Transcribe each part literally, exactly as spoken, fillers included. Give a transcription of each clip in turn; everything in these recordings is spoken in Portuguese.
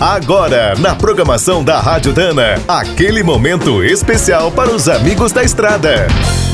Agora, na programação da Rádio Dana, aquele momento especial para os amigos da estrada.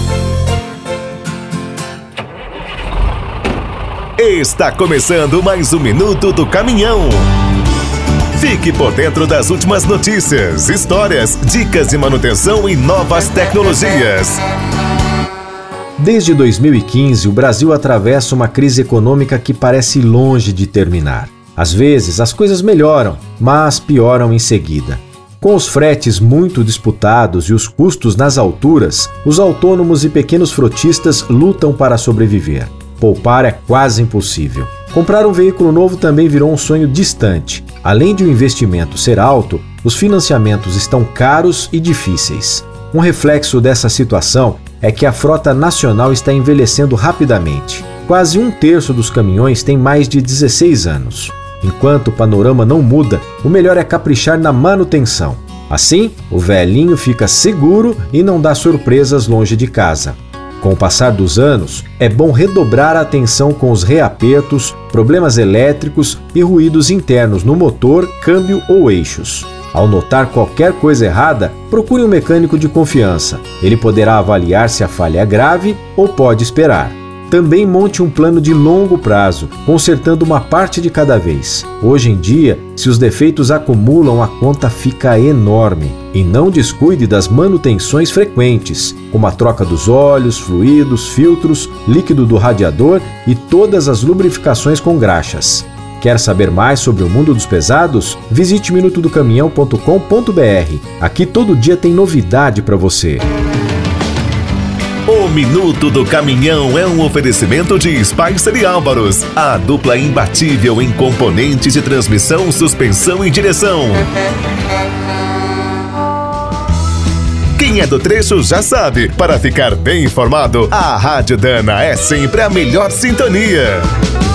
Está começando mais um Minuto do Caminhão. Fique por dentro das últimas notícias, histórias, dicas de manutenção e novas tecnologias. Desde dois mil e quinze, o Brasil atravessa uma crise econômica que parece longe de terminar. Às vezes, as coisas melhoram, mas pioram em seguida. Com os fretes muito disputados e os custos nas alturas, os autônomos e pequenos frotistas lutam para sobreviver. Poupar é quase impossível. Comprar um veículo novo também virou um sonho distante. Além de o investimento ser alto, os financiamentos estão caros e difíceis. Um reflexo dessa situação é que a frota nacional está envelhecendo rapidamente. Quase um terço dos caminhões tem mais de dezesseis anos. Enquanto o panorama não muda, o melhor é caprichar na manutenção. Assim, o velhinho fica seguro e não dá surpresas longe de casa. Com o passar dos anos, é bom redobrar a atenção com os reapertos, problemas elétricos e ruídos internos no motor, câmbio ou eixos. Ao notar qualquer coisa errada, procure um mecânico de confiança. Ele poderá avaliar se a falha é grave ou pode esperar. Também monte um plano de longo prazo, consertando uma parte de cada vez. Hoje em dia, se os defeitos acumulam, a conta fica enorme. E não descuide das manutenções frequentes, como a troca dos óleos, fluidos, filtros, líquido do radiador e todas as lubrificações com graxas. Quer saber mais sobre o mundo dos pesados? Visite minuto do caminhão ponto com ponto b r. Aqui todo dia tem novidade para você. O Minuto do Caminhão é um oferecimento de Spicer e Álvaros, a dupla imbatível em componentes de transmissão, suspensão e direção. Quem é do trecho já sabe, para ficar bem informado, a Rádio Dana é sempre a melhor sintonia.